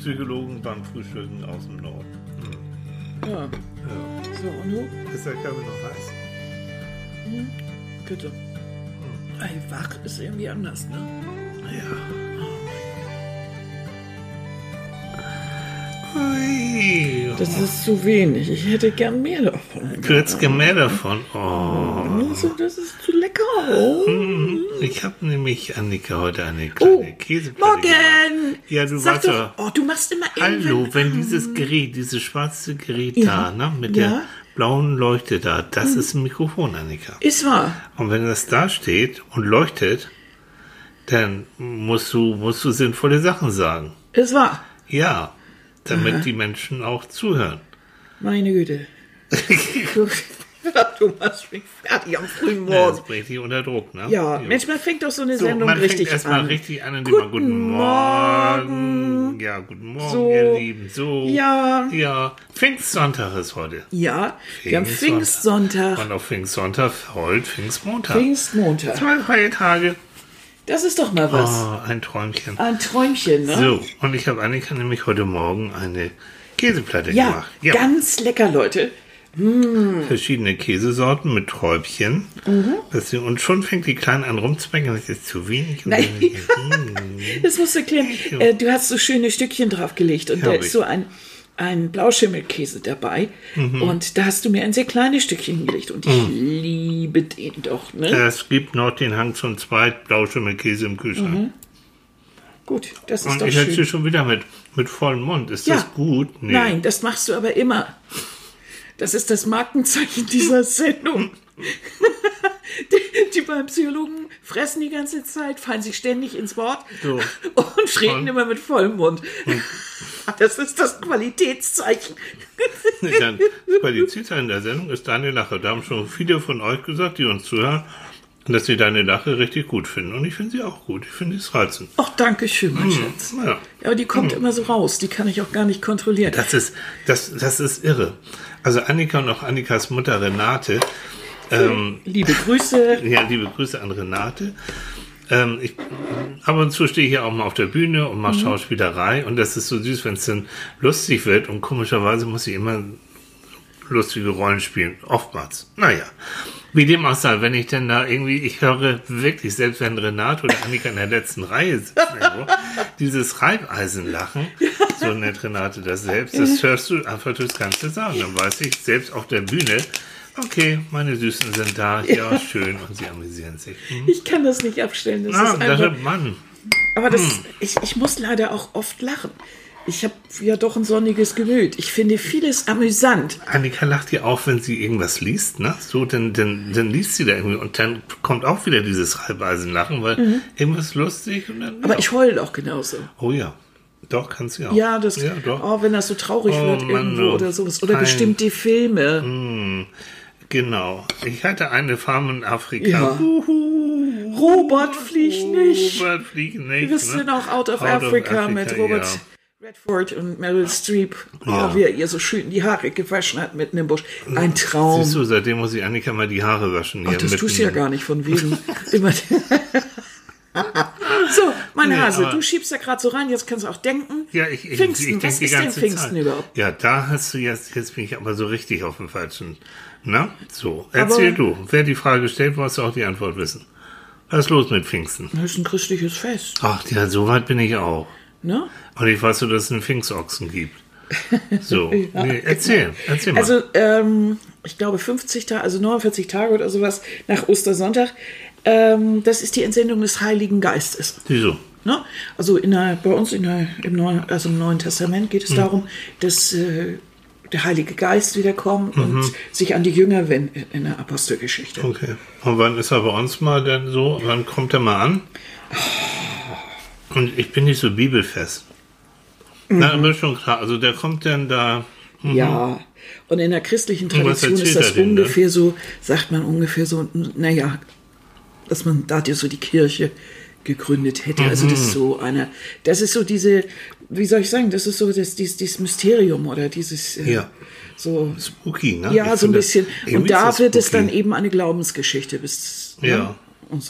Psychologen beim Frühstücken aus dem Norden. Ja. So, und du? Ist der Kaffee noch heiß? Bitte. Ey, wach ist irgendwie anders, ne? Ja. Ui. Das ist zu wenig. Ich hätte gern mehr davon. Du hättest gern mehr davon. Oh. Also, das ist zu lecker. Oh. Ich habe nämlich, Annika, heute eine kleine Käseplatte gemacht. Morgen! Ja, du Sag weißt doch, doch. oh, du machst immer Hallo, wenn dieses Gerät, dieses schwarze Gerät Ja. da, ne, mit Ja. der blauen Leuchte da, das ist ein Mikrofon, Annika. Ist wahr. Und wenn das da steht und leuchtet, dann musst du sinnvolle Sachen sagen. Ist wahr. Ja, damit die Menschen auch zuhören. Meine Güte. Du machst mich fertig am frühen Ja, Morgen. das bringt dich unter Druck, ne? Ja, Mensch, man fängt doch so eine So, Sendung man fängt richtig erstmal an. richtig an, indem man guten Morgen. Ja, guten Morgen, So. ihr Lieben. So. Ja. Ja, Pfingstsonntag ist heute. Ja, wir haben Pfingstsonntag. Pfingstsonntag, Und auf Pfingstsonntag heute Pfingstmontag. Pfingstmontag. 2 freie Tage. Das ist doch mal was. Oh, ein Träumchen. Ein Träumchen, ne? So, und ich habe Annika nämlich heute Morgen eine Käseplatte Ja, gemacht. Ja, ganz lecker, Leute. verschiedene Käsesorten mit Träubchen. Und schon fängt die Kleine an rumzumeckern, das ist zu wenig. Und Nein. dann- Das musst du erklären. Du hast so schöne Stückchen draufgelegt und da Hab ist ich. so ein Blauschimmelkäse dabei. Und da hast du mir ein sehr kleines Stückchen hingelegt. Und ich liebe den doch, ne? Es gibt noch den Hang zum zweiten Blauschimmelkäse im Kühlschrank. Gut, das ist Und doch ich erzähle schön. schon wieder mit vollem Mund. Ist Ja. das gut? Nee. Nein, das machst du aber immer. Das ist das Markenzeichen dieser Sendung. Die beim Psychologen fressen die ganze Zeit, fallen sich ständig ins Wort So. und reden Und? immer mit vollem Mund. Das ist das Qualitätszeichen. Dann, das Qualitätszeichen der Sendung ist deine Lache. Da haben schon viele von euch gesagt, die uns zuhören, dass sie deine Lache richtig gut finden. Und ich finde sie auch gut. Ich finde es reizend. Ach, danke schön, mein Schatz. Ja. Ja, aber die kommt immer so raus. Die kann ich auch gar nicht kontrollieren. Das ist irre. Also Annika und auch Annikas Mutter Renate, Liebe Grüße. ja, liebe Grüße an Renate. Ab und zu stehe ich ja auch mal auf der Bühne und mache Schauspielerei. Und das ist so süß, wenn es dann lustig wird. Und komischerweise muss ich immer lustige Rollen spielen. Oftmals. Naja. Wie dem auch sei, wenn ich denn da irgendwie, ich höre wirklich, selbst wenn Renate oder Annika in der letzten Reihe sitzen, irgendwo, dieses Reibeisenlachen, so nennt Renate das selbst, das hörst du einfach durchs ganze Sagen. Dann weiß ich, selbst auf der Bühne, okay, meine Süßen sind da, ja, schön, und sie amüsieren sich. Ich kann das nicht abstellen. Das ist Das einfach, ist Mann. aber ich muss leider auch oft lachen. Ich habe ja doch ein sonniges Gemüt. Ich finde vieles amüsant. Annika lacht ja auch, wenn sie irgendwas liest, ne? So, dann liest sie da irgendwie und dann kommt auch wieder dieses Reibeisenlachen, weil irgendwas lustig und dann, Aber ja. ich heule auch genauso. Oh ja, doch, kannst du ja auch. Ja, das, Ja, doch. oh, wenn das so traurig Oh, wird Mann, irgendwo oh. oder sowas. Oder Nein. bestimmte Filme. Genau. Ich hatte eine Farm in Afrika. Ja. Robert fliegt nicht. Robert fliegt nicht. Wir sind auch Out of Out of Africa mit Africa, Robert ja. Redford und Meryl Streep. Ja. Oh, wie er ihr so schön die Haare gewaschen hat mitten im Busch. Ein Traum. Siehst du, seitdem muss ich Annika mal die Haare waschen. Ach, das tust du ja gar nicht, von wegen. Immer. So, mein Nee, Hase, aber- du schiebst da gerade so rein, jetzt kannst du auch denken. Ja, ich Pfingsten, denk was die ist denn ganze Pfingsten Zeit. überhaupt? Ja, da hast du jetzt bin ich aber so richtig auf dem falschen. Na, so, erzähl du. Wer die Frage stellt, musst du auch die Antwort wissen. Was ist los mit Pfingsten? Das ist ein christliches Fest, Ach ja, so weit bin ich auch. ne? Und ich weiß so, dass es einen Pfingstochsen gibt. So, nee, erzähl mal. Also, ich glaube 50 Tage, also 49 Tage oder sowas nach Ostersonntag. Das ist die Entsendung des Heiligen Geistes. Wieso? Ne? Also bei uns im Neuen Testament geht es darum, dass der Heilige Geist wiederkommt und sich an die Jünger wendet in der Apostelgeschichte. Okay. Und wann ist er bei uns mal denn so? Wann kommt er mal an? Und ich bin nicht so bibelfest. Na, aber schon klar. Also der kommt dann da. Ja, und in der christlichen Und was Tradition ist erzählt das er denn, ne? ungefähr so, sagt man ungefähr so, naja, dass man da so die Kirche gegründet hätte. Also das ist so das ist so diese, wie soll ich sagen, das ist so dieses Mysterium oder dieses Ja. so, Spooky, ne? ja, Ich so ein finde, bisschen. irgendwie Und da ist das wird es spooky. dann eben eine Glaubensgeschichte bis, Ja. ne? Und so.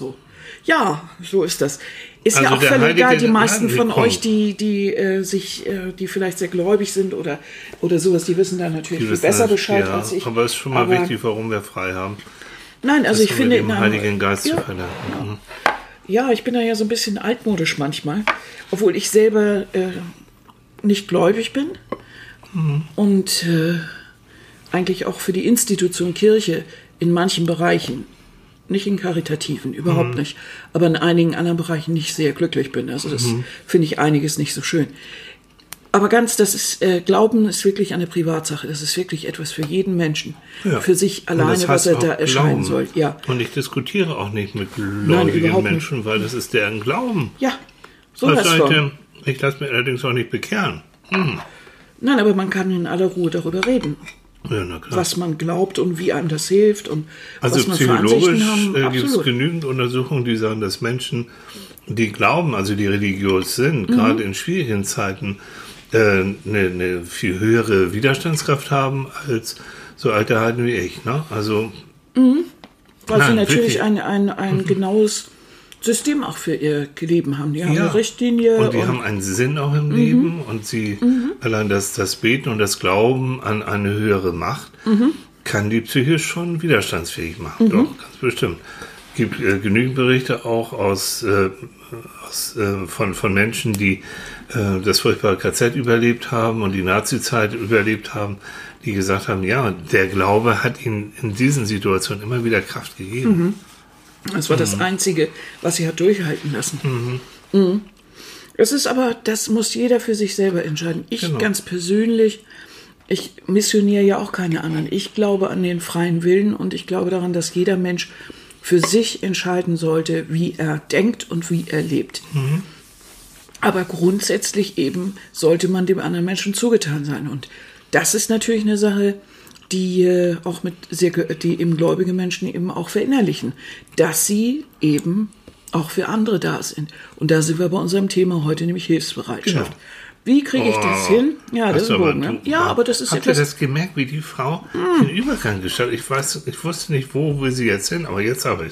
Ja, so ist das. Ist Also ja auch der völlig egal, Heilige die meisten von Angekommen. euch, die vielleicht sehr gläubig sind oder sowas, die wissen da natürlich Die viel wissen besser das, Bescheid ja, als ich. aber es ist schon mal Aber- wichtig, warum wir frei haben. Nein, also Das ich haben finde, wir dem Heiligen Geist ja, zu verdanken. ja, ich bin da ja so ein bisschen altmodisch manchmal, obwohl ich selber nicht gläubig bin und eigentlich auch für die Institution Kirche in manchen Bereichen, nicht in karitativen, überhaupt nicht, aber in einigen anderen Bereichen nicht sehr glücklich bin. Also das finde ich einiges nicht so schön. Aber Glauben ist wirklich eine Privatsache. Das ist wirklich etwas für jeden Menschen. Ja. Für sich Und alleine, das was heißt er auch da erscheinen Glauben. soll. Ja, Und ich diskutiere auch nicht mit überhaupt gläubigen nicht. Menschen, weil das ist deren Glauben. ja, so Was was von. Leute, ich lasse mich allerdings auch nicht bekehren. Nein, aber man kann in aller Ruhe darüber reden, Ja, na klar. was man glaubt und wie einem das hilft und Also was man für psychologisch Ansichten haben. gibt es Absolut. genügend Untersuchungen, die sagen, dass Menschen, die glauben, also die religiös sind, gerade in schwierigen Zeiten, eine viel höhere Widerstandskraft haben als so alte Heiden wie ich. Ne? Also Weil sie Nein, natürlich wirklich. ein genaues System auch für ihr Leben haben. Die haben ja. eine Richtlinie. Und die haben einen Sinn auch im Leben und sie allein das Beten und das Glauben an eine höhere Macht kann die psychisch schon widerstandsfähig machen. Doch, ganz bestimmt. Es gibt genügend Berichte auch von Menschen, die das furchtbare KZ überlebt haben und die Nazi-Zeit überlebt haben, die gesagt haben, ja, der Glaube hat ihnen in diesen Situationen immer wieder Kraft gegeben. Das war das Einzige, was sie hat durchhalten lassen. Mhm. Es ist aber, das muss jeder für sich selber entscheiden. Ich Genau. ganz persönlich, ich missioniere ja auch keine anderen. Ich glaube an den freien Willen und ich glaube daran, dass jeder Mensch für sich entscheiden sollte, wie er denkt und wie er lebt. Aber grundsätzlich eben sollte man dem anderen Menschen zugetan sein. Und das ist natürlich eine Sache, die auch die eben gläubige Menschen eben auch verinnerlichen, dass sie eben auch für andere da sind. Und da sind wir bei unserem Thema heute, nämlich Hilfsbereitschaft. Genau. Wie kriege ich das hin? Ja, das ist ein Bogen, ne? Ja, aber das ist Habt ihr etwas. das gemerkt, wie die Frau den Übergang gestaltet? Ich wusste nicht, wo will sie jetzt hin, aber jetzt habe ich.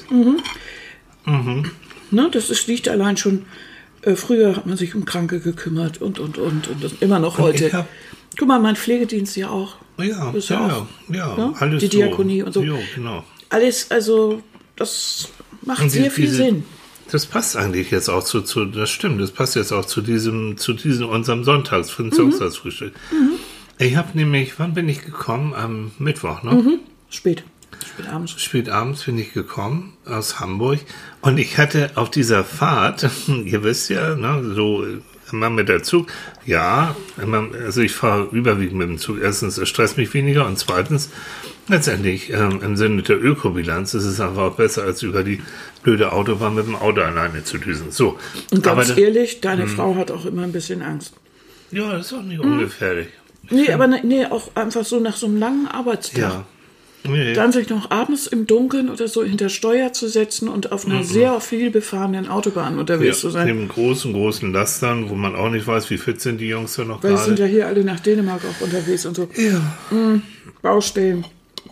Ne, liegt allein schon. Früher hat man sich um Kranke gekümmert und das immer noch heute. ich hab- Guck mal, mein Pflegedienst ja auch. Ja, Ist ja, ne? alles Die Diakonie und so. Jo, genau. Alles, also das macht Und sehr viel Sinn. Das passt eigentlich jetzt auch das stimmt, das passt jetzt auch zu diesem unserem Sonntagsfrühstück. Ich habe nämlich, wann bin ich gekommen? Am Mittwoch, ne? Spätabends. Spät abends bin ich gekommen aus Hamburg und ich hatte auf dieser Fahrt, ihr wisst ja, ne, so immer mit der Zug, ja, also ich fahre überwiegend mit dem Zug. Erstens, es stresst mich weniger und zweitens, letztendlich im Sinne der Ökobilanz ist es einfach auch besser, als über die blöde Autobahn mit dem Auto alleine zu düsen. So, Und ganz aber ehrlich, deine Frau hat auch immer ein bisschen Angst. ja, das ist auch nicht ungefährlich. Nee, aber nee, auch einfach so nach so einem langen Arbeitstag. Ja. Nee. Dann sich noch abends im Dunkeln oder so hinter Steuer zu setzen und auf einer sehr viel befahrenen Autobahn unterwegs zu sein. Neben großen Lastern, wo man auch nicht weiß, wie fit sind die Jungs da noch Weil sie sind gerade. ja hier alle nach Dänemark auch unterwegs und so. Ja. Baustellen.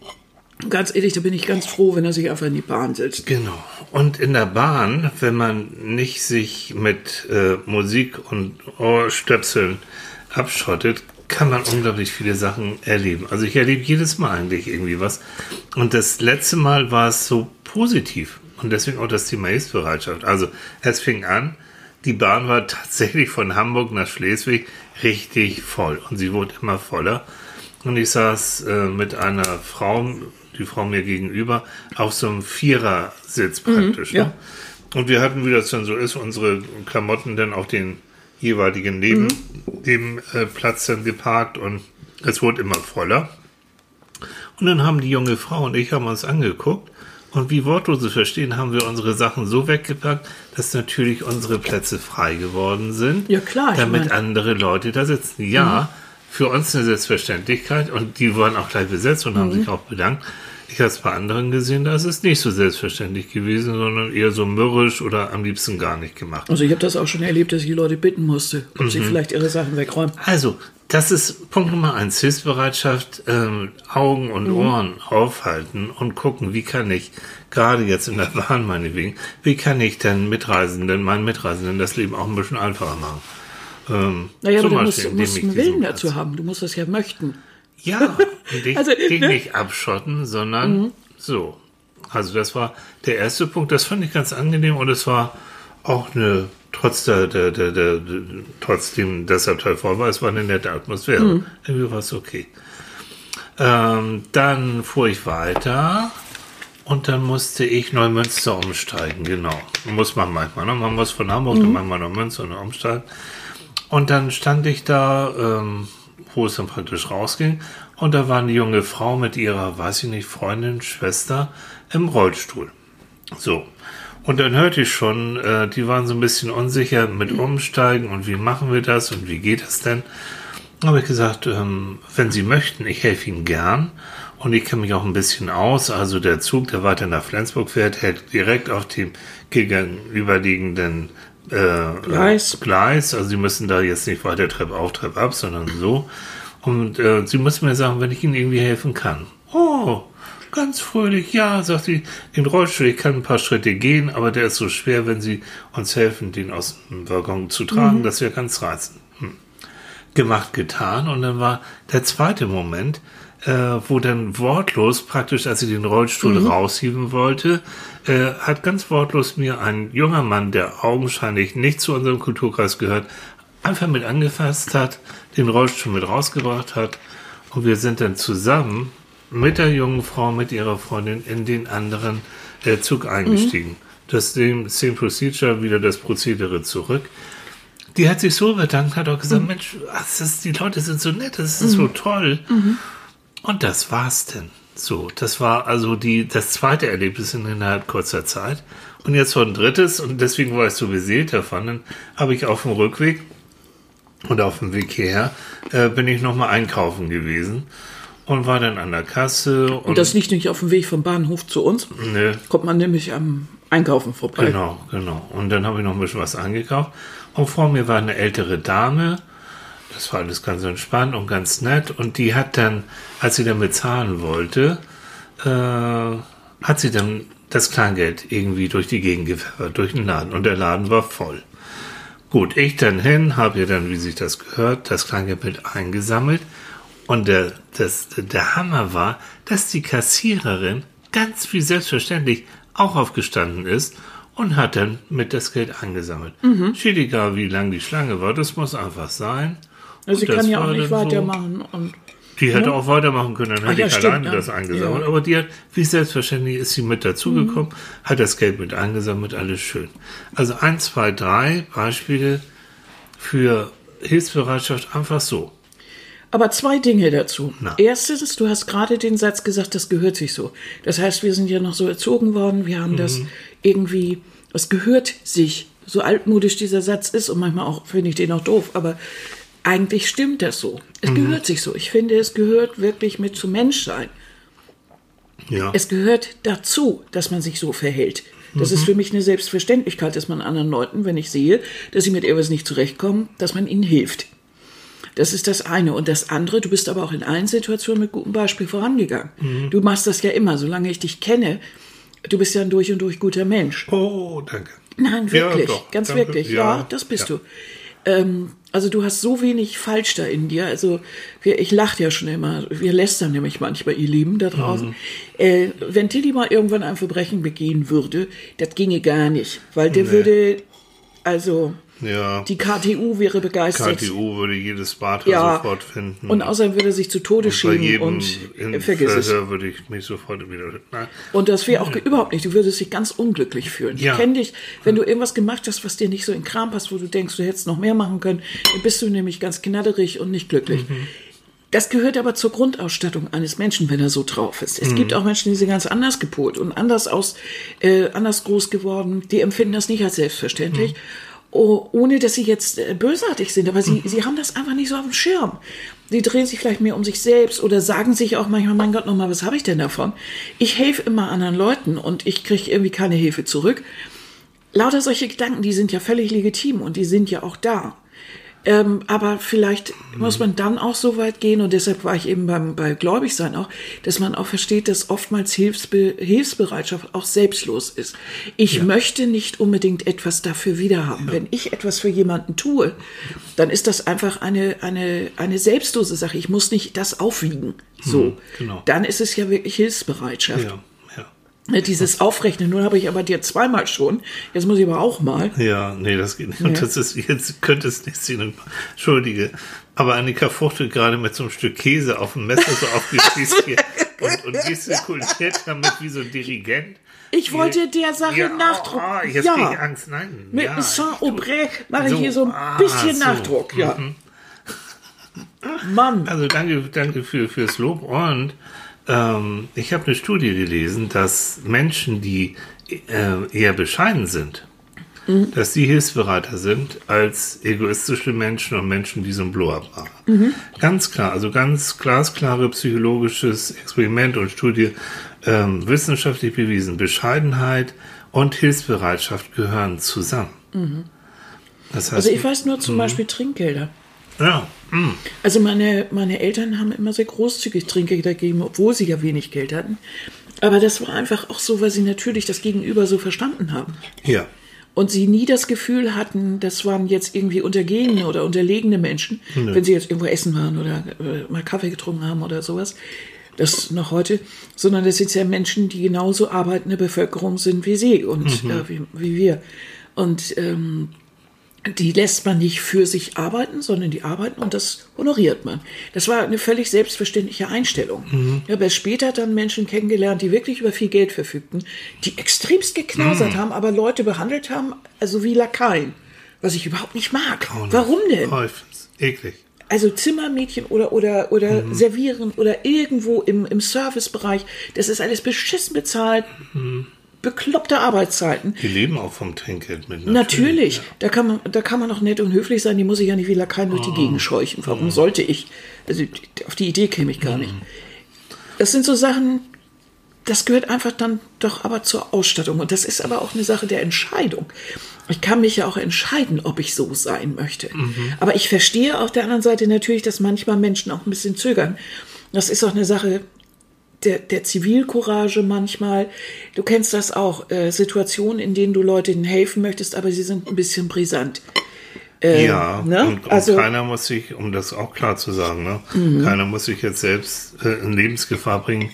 Ganz ehrlich, da bin ich ganz froh, wenn er sich einfach in die Bahn setzt. Genau. Und in der Bahn, wenn man nicht sich mit Musik und Ohrstöpseln abschottet, kann man unglaublich viele Sachen erleben. Also ich erlebe jedes Mal eigentlich irgendwie was. Und das letzte Mal war es so positiv. Und deswegen auch das Thema Hilfsbereitschaft. Also es fing an, die Bahn war tatsächlich von Hamburg nach Schleswig richtig voll. Und sie wurde immer voller. Und ich saß mit einer Frau, die Frau mir gegenüber, auf so einem Vierersitz praktisch. ja. Ne? Und wir hatten, wie das dann so ist, unsere Klamotten dann auf den jeweiligen neben dem Platz dann geparkt und es wurde immer voller. Und dann haben die junge Frau und ich haben uns angeguckt und wie wortlose Verstehen haben wir unsere Sachen so weggepackt, dass natürlich unsere Plätze frei geworden sind, Ja, klar, ich damit mein- andere Leute da sitzen. Ja, für uns eine Selbstverständlichkeit und die waren auch gleich besetzt und haben sich auch bedankt. Ich habe es bei anderen gesehen, da ist es nicht so selbstverständlich gewesen, sondern eher so mürrisch oder am liebsten gar nicht gemacht. Also ich habe das auch schon erlebt, dass ich die Leute bitten musste, ob sie vielleicht ihre Sachen wegräumen. Also, das ist Punkt Nummer 1, Hilfsbereitschaft, Augen und Ohren aufhalten und gucken, wie kann ich, gerade jetzt in der Bahn meinetwegen, wie kann ich denn meinen Mitreisenden das Leben auch ein bisschen einfacher machen. Naja, aber du musst einen Willen dazu haben, du musst das ja möchten. Ja, und dich Also, ne? nicht abschotten, sondern so. Also das war der erste Punkt, das fand ich ganz angenehm und es war auch trotzdem deshalb Teil voll war, es war eine nette Atmosphäre. Irgendwie war es okay. Dann fuhr ich weiter und dann musste ich Neumünster umsteigen, genau. Muss man manchmal, ne? Man muss von Hamburg dann manchmal Neumünster umsteigen. Und dann stand ich da, wo es dann praktisch rausging. Und da war eine junge Frau mit ihrer, weiß ich nicht, Freundin, Schwester im Rollstuhl. So. Und dann hörte ich schon, die waren so ein bisschen unsicher mit Umsteigen und wie machen wir das und wie geht das denn? Da habe ich gesagt, wenn Sie möchten, ich helfe Ihnen gern. Und ich kenne mich auch ein bisschen aus. Also der Zug, der weiter nach Flensburg fährt, hält direkt auf dem gegenüberliegenden Gleis. Also Sie müssen da jetzt nicht weiter Treppe auf, Treppe ab, sondern so. Und Sie müssen mir sagen, wenn ich Ihnen irgendwie helfen kann. Oh, ganz fröhlich, ja, sagt sie, den Rollstuhl, ich kann ein paar Schritte gehen, aber der ist so schwer, wenn Sie uns helfen, den aus dem Waggon zu tragen, das wäre ganz reizend. Gemacht, getan. Und dann war der zweite Moment, wo dann wortlos, praktisch als sie den Rollstuhl raushieven wollte, hat ganz wortlos mir ein junger Mann, der augenscheinlich nicht zu unserem Kulturkreis gehört, einfach mit angefasst hat, den Rollstuhl mit rausgebracht hat und wir sind dann zusammen mit der jungen Frau, mit ihrer Freundin in den anderen Zug eingestiegen. Das Same Procedure, wieder das Prozedere zurück. Die hat sich so bedankt, hat auch gesagt, Mensch, die Leute sind so nett, das ist so toll. Und das war's denn. So, das war also das zweite Erlebnis innerhalb kurzer Zeit. Und jetzt noch ein drittes, und deswegen war ich so beseelt davon, dann habe ich auf dem Rückweg und auf dem Weg hierher, bin ich nochmal einkaufen gewesen und war dann an der Kasse. Und das liegt nicht auf dem Weg vom Bahnhof zu uns? Ne. Kommt man nämlich am Einkaufen vorbei. Genau. Und dann habe ich noch ein bisschen was eingekauft. Und vor mir war eine ältere Dame. Das war alles ganz entspannt und ganz nett. Und die hat dann, als sie dann bezahlen wollte, hat sie dann das Kleingeld irgendwie durch die Gegend gepfeffert, durch den Laden. Und der Laden war voll. Gut, ich dann hin, habe ihr dann, wie sich das gehört, das Kleingeld mit eingesammelt. Und der Hammer war, dass die Kassiererin ganz wie selbstverständlich auch aufgestanden ist und hat dann mit das Geld eingesammelt. Steht egal, wie lang die Schlange war, das muss einfach sein. Also sie kann ja auch nicht weitermachen. Und die hätte auch weitermachen können, dann hätte ich alleine das eingesammelt. Ja. Aber die hat, wie selbstverständlich, ist sie mit dazugekommen, hat das Geld mit eingesammelt, alles schön. Also 1, 2, 3 Beispiele für Hilfsbereitschaft einfach so. Aber 2 Dinge dazu. Na. Erstens, du hast gerade den Satz gesagt, das gehört sich so. Das heißt, wir sind ja noch so erzogen worden, wir haben das irgendwie, es gehört sich, so altmodisch dieser Satz ist und manchmal auch finde ich den auch doof, aber eigentlich stimmt das so. Es gehört sich so. Ich finde, es gehört wirklich mit zum Menschsein. Ja. Es gehört dazu, dass man sich so verhält. Das ist für mich eine Selbstverständlichkeit, dass man anderen Leuten, wenn ich sehe, dass sie mit etwas nicht zurechtkommen, dass man ihnen hilft. Das ist das eine. Und das andere, du bist aber auch in allen Situationen mit gutem Beispiel vorangegangen. Du machst das ja immer, solange ich dich kenne. Du bist ja ein durch und durch guter Mensch. Oh, danke. Nein, wirklich, Ja, doch, ganz danke. wirklich. Ja, Ja, das bist ja. du. Also du hast so wenig falsch da in dir. Also ich lache ja schon immer. Wir lästern nämlich manchmal, ihr Lieben da draußen. Wenn Tilly mal irgendwann ein Verbrechen begehen würde, das ginge gar nicht. Weil der würde, also Ja. die KTU wäre begeistert. KTU würde jedes Bad Ja. sofort finden. Und außerdem würde er sich zu Tode bei schämen jedem und vergiss es. Verhör würde ich mich sofort wieder... Nein. Und das wäre auch überhaupt nicht. Du würdest dich ganz unglücklich fühlen. Ja. Ich kenne dich, wenn du irgendwas gemacht hast, was dir nicht so in Kram passt, wo du denkst, du hättest noch mehr machen können, dann bist du nämlich ganz knatterig und nicht glücklich. Das gehört aber zur Grundausstattung eines Menschen, wenn er so drauf ist. Es gibt auch Menschen, die sind ganz anders gepolt und anders groß geworden. Die empfinden das nicht als selbstverständlich. Ohne dass sie jetzt bösartig sind, aber sie haben das einfach nicht so auf dem Schirm. Die drehen sich vielleicht mehr um sich selbst oder sagen sich auch manchmal, mein Gott, nochmal, was habe ich denn davon? Ich helfe immer anderen Leuten und ich kriege irgendwie keine Hilfe zurück. Lauter solche Gedanken, die sind ja völlig legitim und die sind ja auch da. Aber vielleicht muss man dann auch so weit gehen, und deshalb war ich eben bei Gläubigsein auch, dass man auch versteht, dass oftmals Hilfsbereitschaft auch selbstlos ist. Ich möchte nicht unbedingt etwas dafür wiederhaben. Ja. Wenn ich etwas für jemanden tue, dann ist das einfach eine selbstlose Sache. Ich muss nicht das aufwiegen. So. Genau. Dann ist es ja wirklich Hilfsbereitschaft. Ja. Dieses Aufrechnen, nun habe ich aber dir zweimal schon, jetzt muss ich aber auch mal. Ja, nee, das geht nicht. Und das ist, jetzt könnte es nicht sein. Entschuldige. Aber Annika fuchtelt gerade mit so einem Stück Käse auf dem Messer so aufgespießt hier und gestikuliert damit wie so ein Dirigent. Ich wollte der Sache Nachdruck. Jetzt kriege ich Angst. Nein. Mit einem Saint-Aubrais mache ich hier so ein bisschen Nachdruck. Ja. Mann. Also danke fürs Lob. Und ich habe eine Studie gelesen, dass Menschen, die eher bescheiden sind, dass die hilfsbereiter sind als egoistische Menschen und Menschen, die so ein Blow-up machen. Ganz klar, also ganz glasklare psychologisches Experiment und Studie, wissenschaftlich bewiesen. Bescheidenheit und Hilfsbereitschaft gehören zusammen. Das heißt, also ich weiß nur zum Beispiel Trinkgelder. Ja. Also meine Eltern haben immer sehr großzügig Trinkgelder gegeben, obwohl sie ja wenig Geld hatten. Aber das war einfach auch so, weil sie natürlich das Gegenüber so verstanden haben. Ja. Und sie nie das Gefühl hatten, das waren jetzt irgendwie untergehene oder unterlegene Menschen, wenn sie jetzt irgendwo essen waren oder mal Kaffee getrunken haben oder sowas. Das noch heute. Sondern das sind ja Menschen, die genauso arbeitende Bevölkerung sind wie sie und wie wir. Und die lässt man nicht für sich arbeiten, sondern die arbeiten und das honoriert man. Das war eine völlig selbstverständliche Einstellung. Ich habe erst später dann Menschen kennengelernt, die wirklich über viel Geld verfügten, die extremst geknausert haben, aber Leute behandelt haben, also wie Lakaien, was ich überhaupt nicht mag. Warum denn? Eklig. Also Zimmermädchen oder servieren oder irgendwo im Servicebereich, das ist alles beschissen bezahlt. Bekloppte Arbeitszeiten. Die leben auch vom Trinkgeld mit. Natürlich. Ja. Da kann man auch nett und höflich sein, die muss ich ja nicht wie Lakaien durch die Gegend scheuchen. Warum sollte ich? Also auf die Idee käme ich gar nicht. Das sind so Sachen, das gehört einfach dann doch aber zur Ausstattung. Und das ist aber auch eine Sache der Entscheidung. Ich kann mich ja auch entscheiden, ob ich so sein möchte. Aber ich verstehe auf der anderen Seite natürlich, dass manchmal Menschen auch ein bisschen zögern. Das ist auch eine Sache der Zivilcourage manchmal. Du kennst das auch, Situationen, in denen du Leuten helfen möchtest, aber sie sind ein bisschen brisant. Ja, ne? und keiner muss sich, um das auch klar zu sagen, ne? Keiner muss sich jetzt selbst in Lebensgefahr bringen,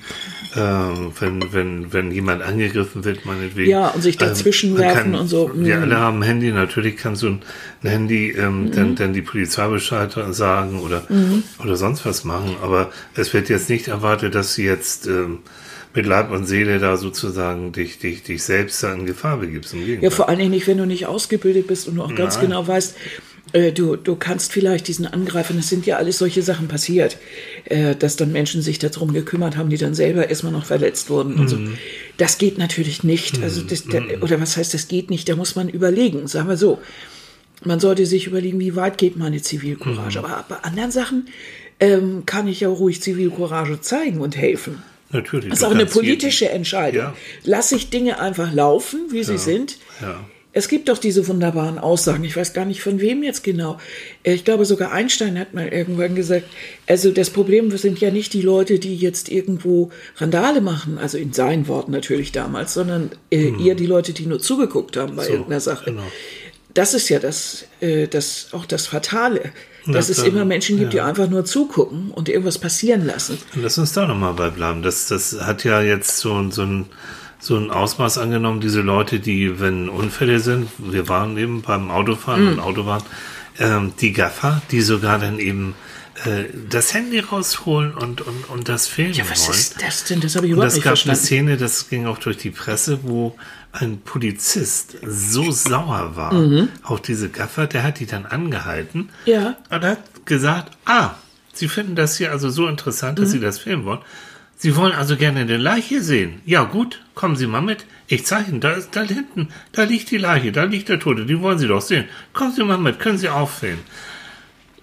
wenn jemand angegriffen wird, meinetwegen. Ja, und sich dazwischen werfen und so. Wir alle haben ein Handy, natürlich kannst du ein Handy dann die Polizei Bescheid sagen oder sonst was machen, aber es wird jetzt nicht erwartet, dass sie jetzt mit Leib und Seele da sozusagen dich selbst da in Gefahr begibst. Ja, vor allen Dingen nicht, wenn du nicht ausgebildet bist und du auch ganz genau weißt, du kannst vielleicht diesen Angreifern, das sind ja alles solche Sachen passiert, dass dann Menschen sich darum gekümmert haben, die dann selber erstmal noch verletzt wurden und so. Das geht natürlich nicht. Also oder was heißt, das geht nicht? Da muss man überlegen, sagen wir so. Man sollte sich überlegen, wie weit geht meine Zivilcourage. Aber bei anderen Sachen kann ich ja ruhig Zivilcourage zeigen und helfen. Natürlich. Das ist auch eine politische Entscheidung. Ja. Lass ich Dinge einfach laufen, wie sie sind. Ja. Es gibt doch diese wunderbaren Aussagen, ich weiß gar nicht von wem jetzt genau. Ich glaube sogar Einstein hat mal irgendwann gesagt, also das Problem sind ja nicht die Leute, die jetzt irgendwo Randale machen, also in seinen Worten natürlich damals, sondern eher die Leute, die nur zugeguckt haben bei irgendeiner Sache. Genau. Das ist ja auch das Fatale. Dass es immer Menschen gibt, die einfach nur zugucken und irgendwas passieren lassen. Lass uns da nochmal bei bleiben. Das hat ja jetzt so ein Ausmaß angenommen, diese Leute, die, wenn Unfälle sind, wir waren eben beim Autofahren und Autobahn, die Gaffer, die sogar dann eben das Handy rausholen und das filmen wollen. Ja, was ist das denn? Das habe ich überhaupt nicht verstanden. Und es gab eine Szene, das ging auch durch die Presse, wo ein Polizist so sauer war auf diese Gaffer, der hat die dann angehalten und hat gesagt, Sie finden das hier also so interessant, dass Sie das filmen wollen. Sie wollen also gerne eine Leiche sehen. Ja gut, kommen Sie mal mit. Ich zeige Ihnen, da hinten, da liegt die Leiche, da liegt der Tote, die wollen Sie doch sehen. Kommen Sie mal mit, können Sie auch filmen.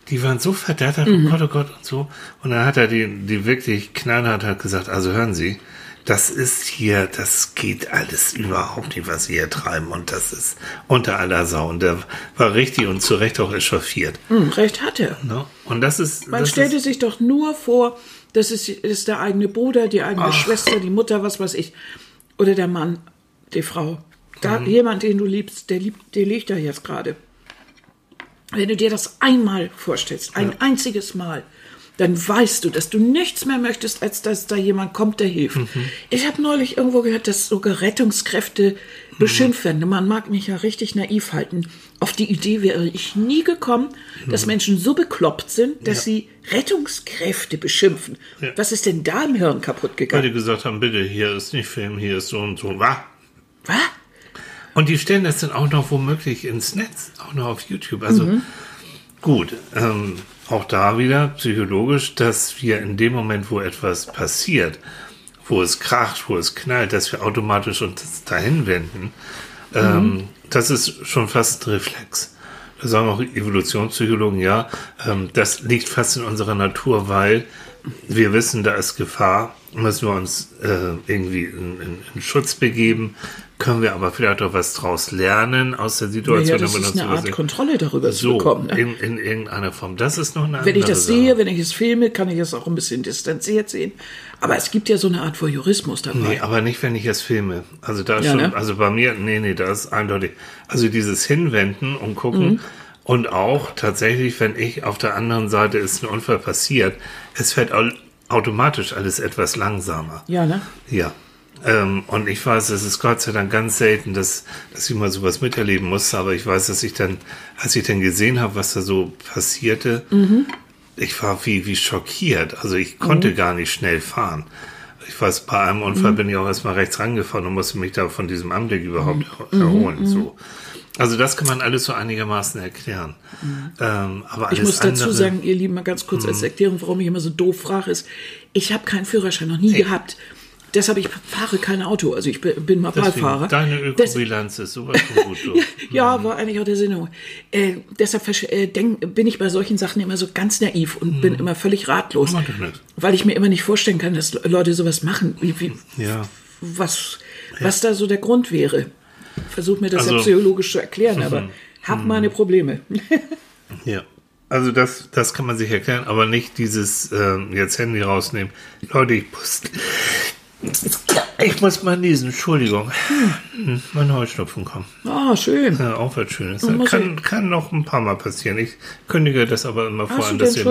Die waren so verdattert, oh Gott und so. Und dann hat er die wirklich knallhart hat gesagt, also hören Sie, das ist hier, das geht alles überhaupt nicht, was Sie hier treiben. Und das ist unter aller Sau. Und der war richtig und zu Recht auch echauffiert. Recht hat er. Ne? Und das ist... Man stellte sich doch nur vor, das ist der eigene Bruder, die eigene Schwester, die Mutter, was weiß ich. Oder der Mann, die Frau. Da jemand, den du liebst, der liegt da jetzt gerade. Wenn du dir das einmal vorstellst, ein einziges Mal, dann weißt du, dass du nichts mehr möchtest, als dass da jemand kommt, der hilft. Ich habe neulich irgendwo gehört, dass sogar Rettungskräfte beschimpft werden. Man mag mich ja richtig naiv halten. Auf die Idee wäre ich nie gekommen, dass Menschen so bekloppt sind, dass sie Rettungskräfte beschimpfen. Ja. Was ist denn da im Hirn kaputt gegangen? Weil die gesagt haben, bitte, hier ist nicht Film, hier ist so und so. Was? Was? Und die stellen das dann auch noch womöglich ins Netz, auch noch auf YouTube. Also gut, auch da wieder psychologisch, dass wir in dem Moment, wo etwas passiert, wo es kracht, wo es knallt, dass wir automatisch uns dahin wenden, das ist schon fast ein Reflex. Da sagen auch Evolutionspsychologen, ja, das liegt fast in unserer Natur, weil wir wissen, da ist Gefahr, müssen wir uns irgendwie in Schutz begeben, können wir aber vielleicht auch was draus lernen aus der Situation. Ja, das ist eine Art Kontrolle darüber zu bekommen. Ne? In irgendeiner Form. Das ist noch eine andere Wenn ich das Sache. sehe, wenn ich es filme, kann ich es auch ein bisschen distanziert sehen. Aber es gibt ja so eine Art Voyeurismus dabei. Nee, aber nicht, wenn ich es filme. Also da Ja, schon, ne? also bei mir, nee, das ist eindeutig. Also dieses Hinwenden und gucken und auch tatsächlich, wenn ich auf der anderen Seite ist ein Unfall passiert, es fällt automatisch alles etwas langsamer. Ja, ne? Ja. Und ich weiß, es ist Gott sei Dank ganz selten, dass ich mal sowas miterleben musste, aber ich weiß, dass ich dann, als ich dann gesehen habe, was da so passierte, ich war wie schockiert. Also ich konnte gar nicht schnell fahren. Ich weiß, bei einem Unfall bin ich auch erstmal rechts rangefahren und musste mich da von diesem Anblick überhaupt erholen. So. Also das kann man alles so einigermaßen erklären. Aber alles Ich muss dazu andere, sagen, ihr Lieben, mal ganz kurz als Erklärung, warum ich immer so doof frage, ist, ich habe keinen Führerschein, noch nie gehabt. Deshalb, ich fahre kein Auto, also ich bin mal Beifahrer. Deine Ökobilanz ist sowas von gut. Du. Ja, war eigentlich auch der Sinn. Deshalb bin ich bei solchen Sachen immer so ganz naiv und bin immer völlig ratlos. Weil ich mir immer nicht vorstellen kann, dass Leute sowas machen. Was da so der Grund wäre. Versuch mir das ja psychologisch zu erklären, aber hab meine Probleme. Ja. Also das kann man sich erklären, aber nicht dieses jetzt Handy rausnehmen. Leute, ich muss mal niesen, Entschuldigung. Mein Heuschnupfen kommt. Ah, schön. Ja, auch was Schönes. Kann noch ein paar Mal passieren. Ich kündige das aber immer vor an, dass ihr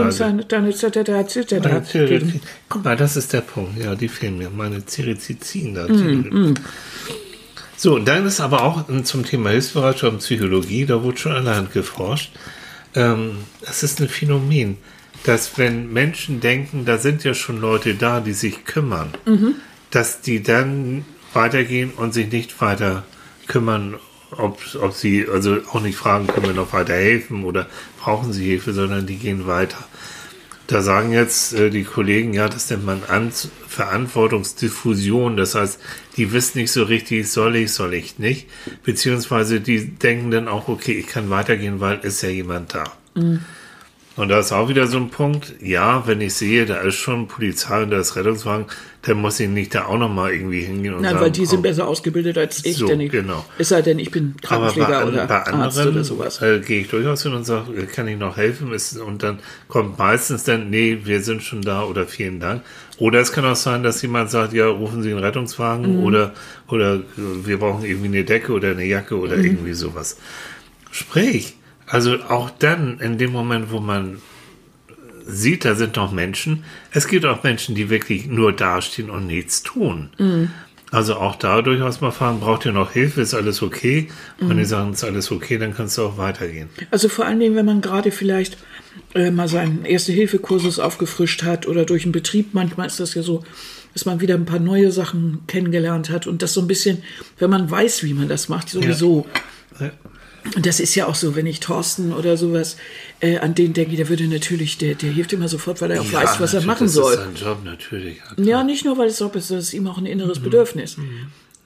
leise. Guck mal, das ist der Punkt. Ja, die fehlen mir. Meine Cerizizin da. So, und dann ist aber auch zum Thema Hilfsbereitschaft und Psychologie, da wurde schon allerhand geforscht. Das ist ein Phänomen, dass wenn Menschen denken, da sind ja schon Leute da, die sich kümmern, dass die dann weitergehen und sich nicht weiter kümmern, ob sie, also auch nicht fragen, können wir noch weiter helfen oder brauchen sie Hilfe, sondern die gehen weiter. Da sagen jetzt die Kollegen, ja, das nennt man Verantwortungsdiffusion, das heißt, die wissen nicht so richtig, soll ich nicht, beziehungsweise die denken dann auch, okay, ich kann weitergehen, weil ist ja jemand da. Und da ist auch wieder so ein Punkt, ja, wenn ich sehe, da ist schon Polizei und da ist Rettungswagen, dann muss ich nicht da auch nochmal irgendwie hingehen und sagen, weil die sind besser ausgebildet als ich, so, denn genau. Es sei denn, ich bin Krankenpfleger oder bei anderen, Arzt oder sowas. Gehe ich durchaus hin und sage, kann ich noch helfen? Und dann kommt meistens dann, nee, wir sind schon da oder vielen Dank. Oder es kann auch sein, dass jemand sagt, ja, rufen Sie einen Rettungswagen oder wir brauchen irgendwie eine Decke oder eine Jacke oder irgendwie sowas. Sprich, also auch dann, in dem Moment, wo man sieht, da sind noch Menschen. Es gibt auch Menschen, die wirklich nur dastehen und nichts tun. Also auch da durchaus mal fragen, braucht ihr noch Hilfe, ist alles okay? Und wenn die sagen, ist alles okay, dann kannst du auch weitergehen. Also vor allen Dingen, wenn man gerade vielleicht mal seinen Erste-Hilfe-Kursus aufgefrischt hat oder durch einen Betrieb, manchmal ist das ja so, dass man wieder ein paar neue Sachen kennengelernt hat und das so ein bisschen, wenn man weiß, wie man das macht, sowieso. Ja. Und das ist ja auch so, wenn ich Thorsten oder sowas an den denke, der würde natürlich, der hilft immer sofort, weil er auch weiß, was er machen soll. Das ist sein Job natürlich. Ja, nicht nur, weil es Job ist, das ist ihm auch ein inneres Bedürfnis.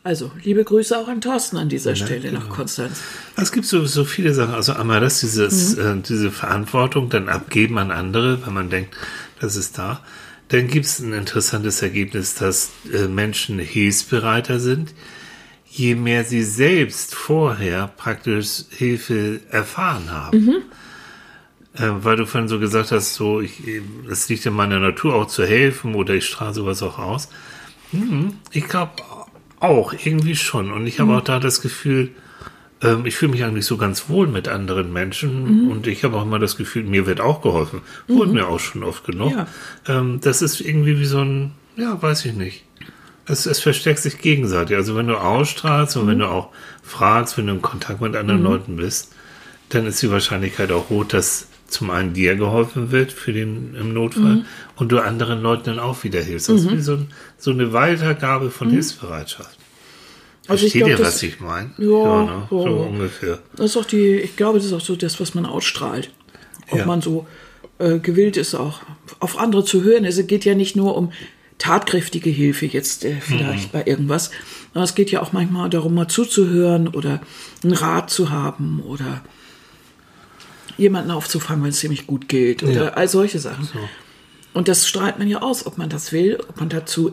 Also, liebe Grüße auch an Thorsten an dieser Stelle nach Konstanz. Es gibt so viele Sachen. Also einmal diese Verantwortung dann abgeben an andere, wenn man denkt, das ist da. Dann gibt es ein interessantes Ergebnis, dass Menschen hilfsbereiter sind, je mehr sie selbst vorher praktisch Hilfe erfahren haben. Weil du vorhin so gesagt hast, es liegt in meiner Natur auch zu helfen oder ich strahle sowas auch aus. Ich glaube auch, irgendwie schon. Und ich habe auch da das Gefühl, ich fühle mich eigentlich so ganz wohl mit anderen Menschen und ich habe auch immer das Gefühl, mir wird auch geholfen. Wurde mir auch schon oft genug. Ja. Das ist irgendwie wie so ein, weiß ich nicht. Es verstärkt sich gegenseitig. Also wenn du ausstrahlst und wenn du auch fragst, wenn du in Kontakt mit anderen Leuten bist, dann ist die Wahrscheinlichkeit auch hoch, dass zum einen dir geholfen wird im Notfall und du anderen Leuten dann auch wieder hilfst. Das ist wie so eine Weitergabe von Hilfsbereitschaft. Also Versteht ihr, was ich meine? Ja, so ungefähr. Das ist auch ich glaube, das ist auch so das, was man ausstrahlt. Ob man so gewillt ist, auch auf andere zu hören. Es geht ja nicht nur um tatkräftige Hilfe jetzt vielleicht bei irgendwas, sondern es geht ja auch manchmal darum, mal zuzuhören oder einen Rat zu haben oder jemanden aufzufangen, wenn es ziemlich gut geht oder all solche Sachen. So. Und das strahlt man ja aus, ob man das will, ob man dazu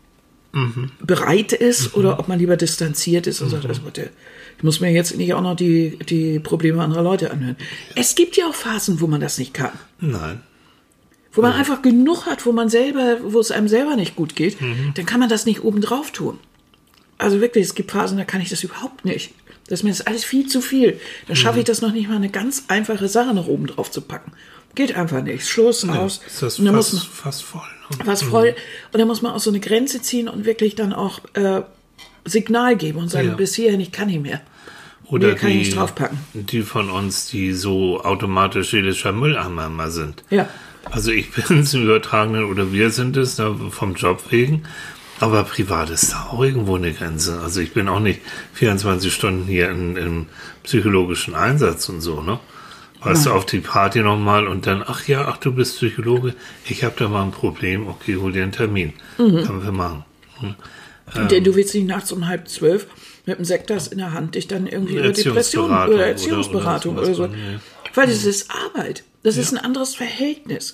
bereit ist oder ob man lieber distanziert ist und sagt, also ich muss mir jetzt nicht auch noch die Probleme anderer Leute anhören. Es gibt ja auch Phasen, wo man das nicht kann. Nein. Wo man einfach genug hat, wo es einem selber nicht gut geht, dann kann man das nicht obendrauf tun. Also wirklich, es gibt Phasen, da kann ich das überhaupt nicht. Das ist mir das alles viel zu viel. Da schaffe ich das noch nicht mal, eine ganz einfache Sache noch oben drauf zu packen. Geht einfach nicht. Schluss, aus. Ist das und dann fast voll. Ne? Fast voll. Und dann muss man auch so eine Grenze ziehen und wirklich dann auch Signal geben und sagen, bis hierhin, ich kann nicht mehr. Oder mehr kann ich nicht draufpacken. Die von uns, die so automatisch jüdischer Mülleimer sind. Ja. Also ich bin es im Übertragenen oder wir sind es vom Job wegen. Aber privat ist da auch irgendwo eine Grenze. Also ich bin auch nicht 24 Stunden hier im psychologischen Einsatz und so, ne? Weißt du, auf die Party nochmal und dann, du bist Psychologe, ich habe da mal ein Problem, okay, hol dir einen Termin. Können wir machen. Denn du willst nicht nachts um 11:30 mit einem Sektas in der Hand dich dann irgendwie über Depressionen oder Erziehungsberatung oder so. Weil das ist Arbeit. Das ist ein anderes Verhältnis.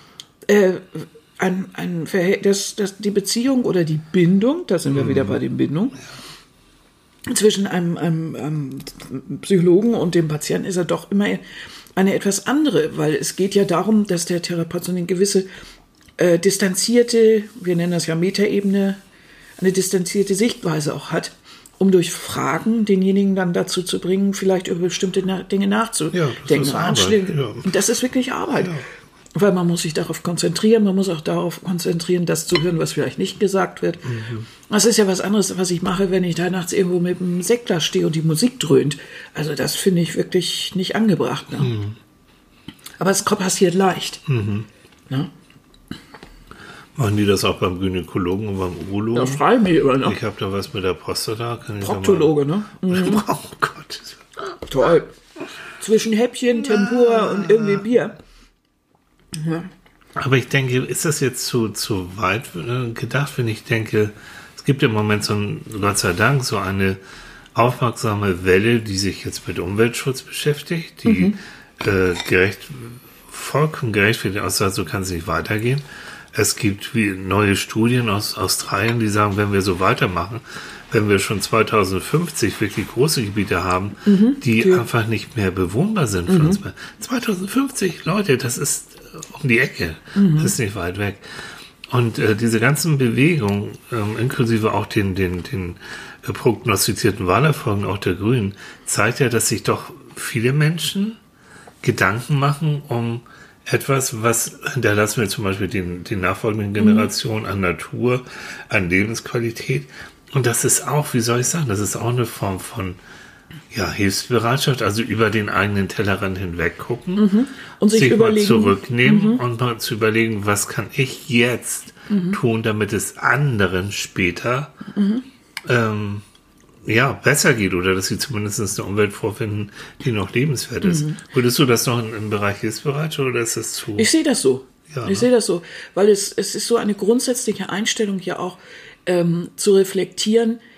Ein Verhältnis, die Beziehung oder die Bindung, da sind wir wieder bei den Bindungen, zwischen einem Psychologen und dem Patienten ist ja doch immer eine etwas andere, weil es geht ja darum, dass der Therapeut so eine gewisse distanzierte, wir nennen das ja Metaebene, eine distanzierte Sichtweise auch hat, um durch Fragen denjenigen dann dazu zu bringen, vielleicht über bestimmte Dinge nachzudenken. Ja, das ist Arbeit. Und das ist wirklich Arbeit. Ja. Weil man muss sich darauf konzentrieren, man muss auch darauf konzentrieren, das zu hören, was vielleicht nicht gesagt wird. Das ist ja was anderes, was ich mache, wenn ich da nachts irgendwo mit dem Sektglas stehe und die Musik dröhnt. Also das finde ich wirklich nicht angebracht. Ne? Aber es passiert leicht. Ne? Machen die das auch beim Gynäkologen und beim Urologen? Ja, frei mich immer noch. Ich habe da was mit der Prostata. Proktologe, ne? Oh Gott. Toll. Zwischen Häppchen, Tempura und irgendwie Bier. Ja. Aber ich denke, ist das jetzt zu weit gedacht, wenn ich denke, es gibt im Moment Gott sei Dank, so eine aufmerksame Welle, die sich jetzt mit Umweltschutz beschäftigt, die vollkommen gerecht wird, außer so kann es nicht weitergehen. Es gibt neue Studien aus Australien, die sagen, wenn wir so weitermachen, wenn wir schon 2050 wirklich große Gebiete haben, die einfach nicht mehr bewohnbar sind für uns mehr. 2050, Leute, das ist um die Ecke. Das ist nicht weit weg. Und diese ganzen Bewegungen, inklusive auch den prognostizierten Wahlerfolgen auch der Grünen, zeigt ja, dass sich doch viele Menschen Gedanken machen um etwas, was hinterlassen wir zum Beispiel den nachfolgenden Generationen an Natur, an Lebensqualität. Und das ist auch, wie soll ich sagen, das ist auch eine Form von Hilfsbereitschaft, also über den eigenen Tellerrand hinweg gucken und sich überlegen, mal zurücknehmen und mal zu überlegen, was kann ich jetzt tun, damit es anderen später besser geht oder dass sie zumindest eine Umwelt vorfinden, die noch lebenswert ist. Würdest du das noch im Bereich Hilfsbereitschaft oder ist das zu... Ich sehe das so. Ja, ich sehe das so, weil es ist so eine grundsätzliche Einstellung ja auch zu reflektieren,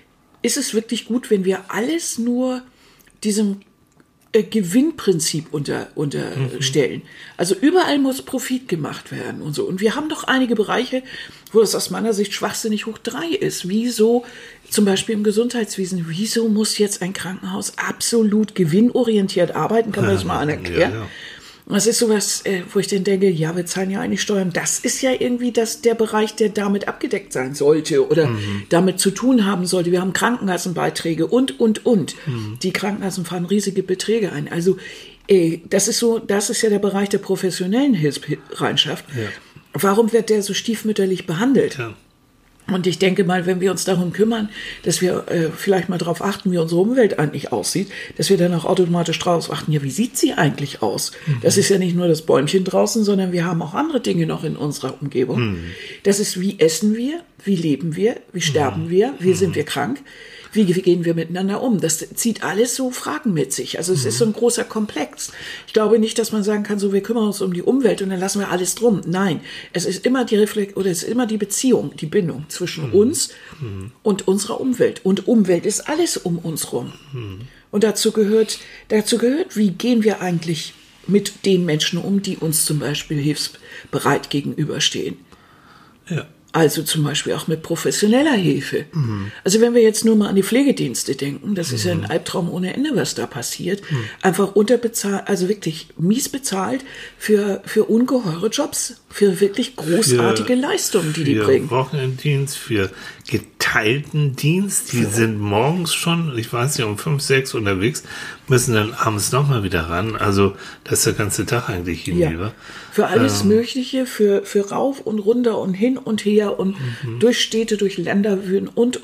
ist es wirklich gut, wenn wir alles nur diesem Gewinnprinzip unterstellen. Also überall muss Profit gemacht werden und so. Und wir haben doch einige Bereiche, wo das aus meiner Sicht schwachsinnig hoch 3 ist. Wieso, zum Beispiel im Gesundheitswesen, wieso muss jetzt ein Krankenhaus absolut gewinnorientiert arbeiten? Kann man das mal erklären? Ja. Das ist sowas, wo ich dann denke, ja, wir zahlen ja eigentlich Steuern. Das ist ja irgendwie der Bereich, der damit abgedeckt sein sollte oder damit zu tun haben sollte. Wir haben Krankenkassenbeiträge und. Die Krankenkassen fahren riesige Beträge ein. Also das ist ja der Bereich der professionellen Hilfsbereitschaft. Ja. Warum wird der so stiefmütterlich behandelt? Ja. Und ich denke mal, wenn wir uns darum kümmern, dass wir vielleicht mal darauf achten, wie unsere Umwelt eigentlich aussieht, dass wir dann auch automatisch darauf achten, ja, wie sieht sie eigentlich aus? Das ist ja nicht nur das Bäumchen draußen, sondern wir haben auch andere Dinge noch in unserer Umgebung. Das ist, wie essen wir, wie leben wir, wie sterben wir, wie sind wir krank, wie gehen wir miteinander um? Das zieht alles so Fragen mit sich. Also es ist so ein großer Komplex. Ich glaube nicht, dass man sagen kann, so wir kümmern uns um die Umwelt und dann lassen wir alles drum. Nein, es ist immer die Beziehung, die Bindung zwischen uns und unserer Umwelt. Und Umwelt ist alles um uns rum. Und dazu gehört, wie gehen wir eigentlich mit den Menschen um, die uns zum Beispiel hilfsbereit gegenüberstehen. Ja. Also zum Beispiel auch mit professioneller Hilfe. Also wenn wir jetzt nur mal an die Pflegedienste denken, das ist ja ein Albtraum ohne Ende, was da passiert. Einfach unterbezahlt, also wirklich mies bezahlt für ungeheure Jobs, für wirklich großartige Leistungen, die bringen. Für Wochenenddienst, für geteilten Dienst, die sind morgens schon, ich weiß nicht, um 5, 6 unterwegs, müssen dann abends nochmal wieder ran. Also das ist der ganze Tag eigentlich hinüber. Ja. Für alles Mögliche, für rauf und runter und hin und her und durch Städte, durch Länder wühlen und.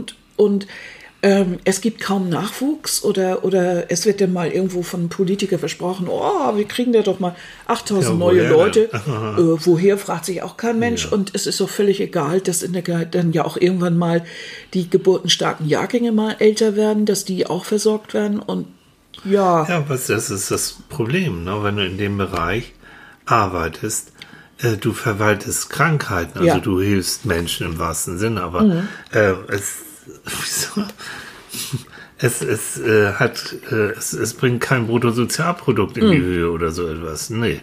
Es gibt kaum Nachwuchs oder es wird dann mal irgendwo von einem Politiker versprochen, wir kriegen da doch mal 8000 neue Leute. Woher, fragt sich auch kein Mensch. Ja. Und es ist so völlig egal, dass dann ja auch irgendwann mal die geburtenstarken Jahrgänge mal älter werden, dass die auch versorgt werden. Und ja. Ja, das ist das Problem, ne? Wenn du in dem Bereich arbeitest, du verwaltest Krankheiten, also du hilfst Menschen im wahrsten Sinne, aber es bringt kein Bruttosozialprodukt in die Höhe oder so etwas. Nee.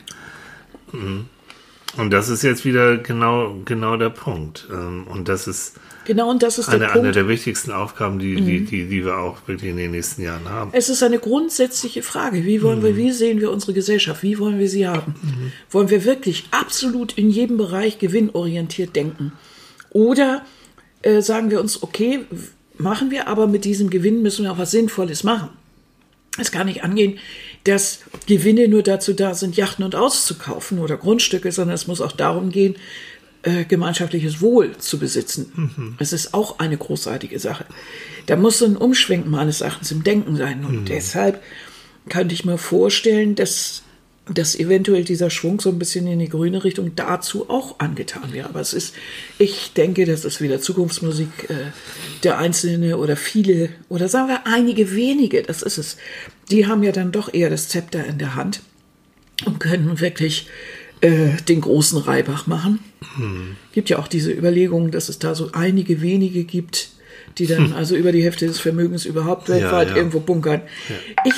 Und das ist jetzt wieder genau der Punkt. Und das ist eine der wichtigsten Aufgaben, die wir auch wirklich in den nächsten Jahren haben. Es ist eine grundsätzliche Frage. Wie sehen wir unsere Gesellschaft? Wie wollen wir sie haben? Wollen wir wirklich absolut in jedem Bereich gewinnorientiert denken? Oder sagen wir uns, okay, machen wir, aber mit diesem Gewinn müssen wir auch was Sinnvolles machen. Es kann nicht angehen, dass Gewinne nur dazu da sind, Yachten und Autos zu kaufen oder Grundstücke, sondern es muss auch darum gehen, gemeinschaftliches Wohl zu besitzen. Es ist auch eine großartige Sache. Da muss so ein Umschwenken meines Erachtens im Denken sein. Und deshalb könnte ich mir vorstellen, dass eventuell dieser Schwung so ein bisschen in die grüne Richtung dazu auch angetan wäre. Aber ich denke, das ist wieder Zukunftsmusik. Der Einzelne oder viele, oder sagen wir einige wenige, das ist es. Die haben ja dann doch eher das Zepter in der Hand und können wirklich den großen Reibach machen. Gibt ja auch diese Überlegung, dass es da so einige wenige gibt, die dann also über die Hälfte des Vermögens überhaupt weltweit irgendwo bunkern. Ja.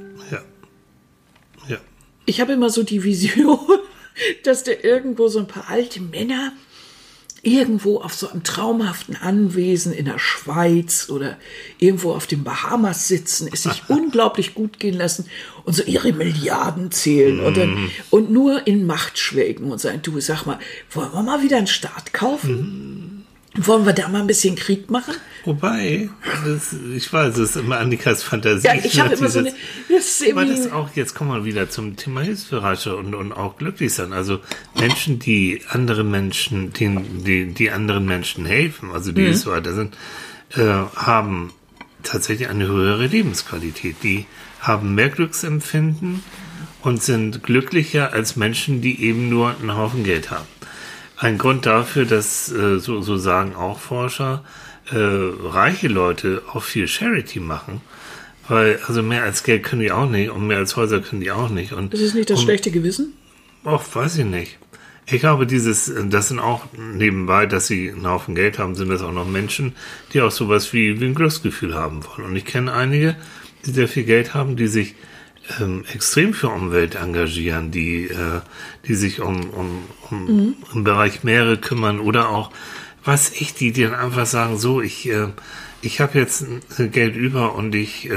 Ich habe immer so die Vision, dass da irgendwo so ein paar alte Männer irgendwo auf so einem traumhaften Anwesen in der Schweiz oder irgendwo auf den Bahamas sitzen, es sich unglaublich gut gehen lassen und so ihre Milliarden zählen und nur in Macht schwelgen und sagen, du, sag mal, wollen wir mal wieder einen Staat kaufen? Wollen wir da mal ein bisschen Krieg machen? Wobei, ich weiß, es ist immer Annikas Fantasie. Ja, ich habe immer so eine... Aber das auch, jetzt kommen wir wieder zum Thema Hilfsbereitschaft und auch glücklich sein. Also Menschen, die anderen Menschen, die anderen Menschen helfen, also die es weiter sind, haben tatsächlich eine höhere Lebensqualität. Die haben mehr Glücksempfinden und sind glücklicher als Menschen, die eben nur einen Haufen Geld haben. Ein Grund dafür, dass, so sagen auch Forscher, reiche Leute auch viel Charity machen, weil also mehr als Geld können die auch nicht und mehr als Häuser können die auch nicht. Und ist es nicht das schlechte Gewissen? Weiß ich nicht. Ich glaube, das sind auch nebenbei, dass sie einen Haufen Geld haben, sind das auch noch Menschen, die auch sowas wie ein Glücksgefühl haben wollen. Und ich kenne einige, die sehr viel Geld haben, die sich extrem für Umwelt engagieren, die sich im Bereich Meere kümmern oder auch, die dann einfach sagen, so, ich habe jetzt Geld über und ich